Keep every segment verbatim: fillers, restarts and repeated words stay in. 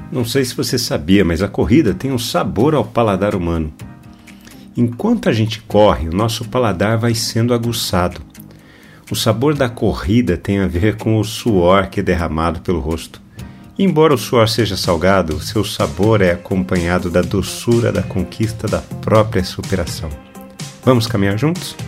Não sei se você sabia, mas a corrida tem um sabor ao paladar humano. Enquanto a gente corre, o nosso paladar vai sendo aguçado. O sabor da corrida tem a ver com o suor que é derramado pelo rosto. E embora o suor seja salgado, seu sabor é acompanhado da doçura da conquista da própria superação. Vamos caminhar juntos?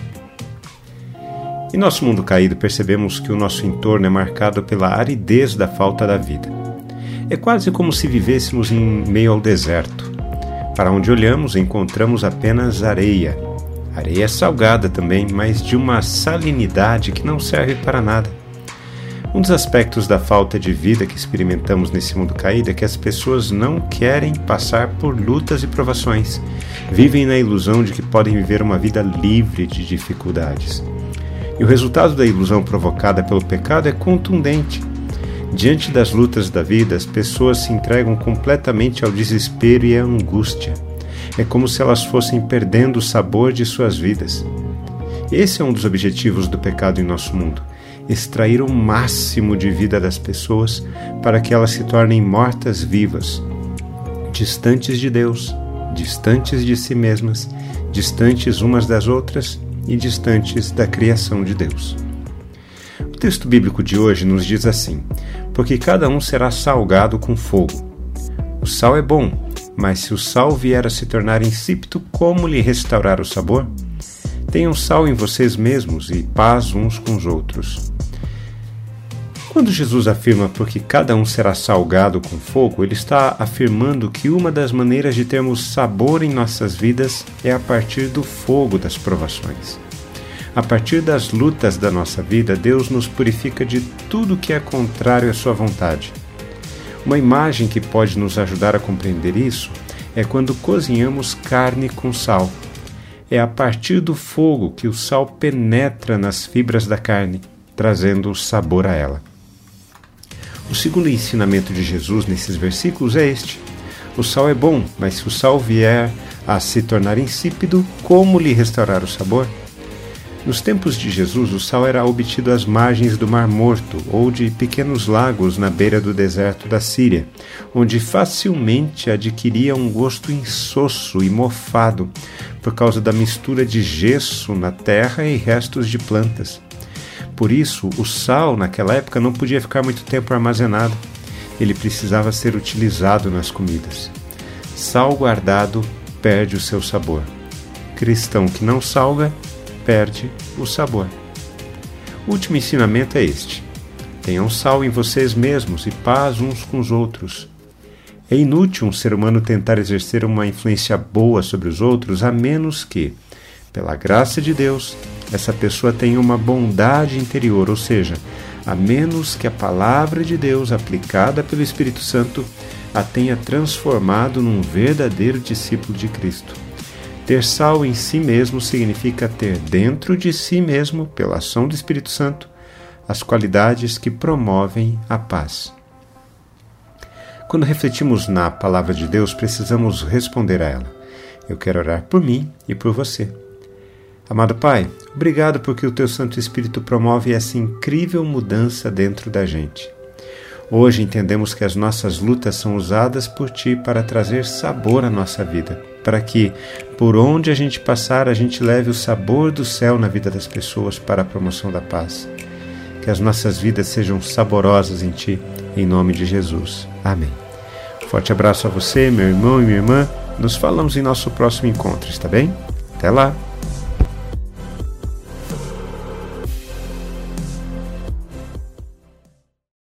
Em nosso mundo caído, percebemos que o nosso entorno é marcado pela aridez da falta da vida. É quase como se vivêssemos em meio ao deserto. Para onde olhamos, encontramos apenas areia. Areia salgada também, mas de uma salinidade que não serve para nada. Um dos aspectos da falta de vida que experimentamos nesse mundo caído é que as pessoas não querem passar por lutas e provações. Vivem na ilusão de que podem viver uma vida livre de dificuldades. E o resultado da ilusão provocada pelo pecado é contundente. Diante das lutas da vida, as pessoas se entregam completamente ao desespero e à angústia. É como se elas fossem perdendo o sabor de suas vidas. Esse é um dos objetivos do pecado em nosso mundo: extrair o máximo de vida das pessoas para que elas se tornem mortas-vivas, distantes de Deus, distantes de si mesmas, distantes umas das outras e distantes da criação de Deus. O texto bíblico de hoje nos diz assim: porque cada um será salgado com fogo. O sal é bom, mas se o sal vier a se tornar insípido, como lhe restaurar o sabor? Tenham sal em vocês mesmos e paz uns com os outros. Quando Jesus afirma porque cada um será salgado com fogo, ele está afirmando que uma das maneiras de termos sabor em nossas vidas é a partir do fogo das provações. A partir das lutas da nossa vida, Deus nos purifica de tudo que é contrário à sua vontade. Uma imagem que pode nos ajudar a compreender isso é quando cozinhamos carne com sal. É a partir do fogo que o sal penetra nas fibras da carne, trazendo sabor a ela. O segundo ensinamento de Jesus nesses versículos é este: o sal é bom, mas se o sal vier a se tornar insípido, como lhe restaurar o sabor? Nos tempos de Jesus, o sal era obtido às margens do Mar Morto ou de pequenos lagos na beira do deserto da Síria, onde facilmente adquiria um gosto insosso e mofado por causa da mistura de gesso na terra e restos de plantas. Por isso, o sal naquela época não podia ficar muito tempo armazenado. Ele precisava ser utilizado nas comidas. Sal guardado perde o seu sabor. Cristão que não salga perde o sabor. O último ensinamento é este: tenham sal em vocês mesmos e paz uns com os outros. É inútil um ser humano tentar exercer uma influência boa sobre os outros, a menos que, pela graça de Deus, essa pessoa tenha uma bondade interior, ou seja, a menos que a palavra de Deus aplicada pelo Espírito Santo a tenha transformado num verdadeiro discípulo de Cristo. Ter sal em si mesmo significa ter dentro de si mesmo, pela ação do Espírito Santo, as qualidades que promovem a paz. Quando refletimos na palavra de Deus, precisamos responder a ela. Eu quero orar por mim e por você. Amado Pai, obrigado porque o Teu Santo Espírito promove essa incrível mudança dentro da gente. Hoje entendemos que as nossas lutas são usadas por Ti para trazer sabor à nossa vida, para que, por onde a gente passar, a gente leve o sabor do céu na vida das pessoas para a promoção da paz. Que as nossas vidas sejam saborosas em Ti, em nome de Jesus. Amém. Forte abraço a você, meu irmão e minha irmã. Nos falamos em nosso próximo encontro, está bem? Até lá!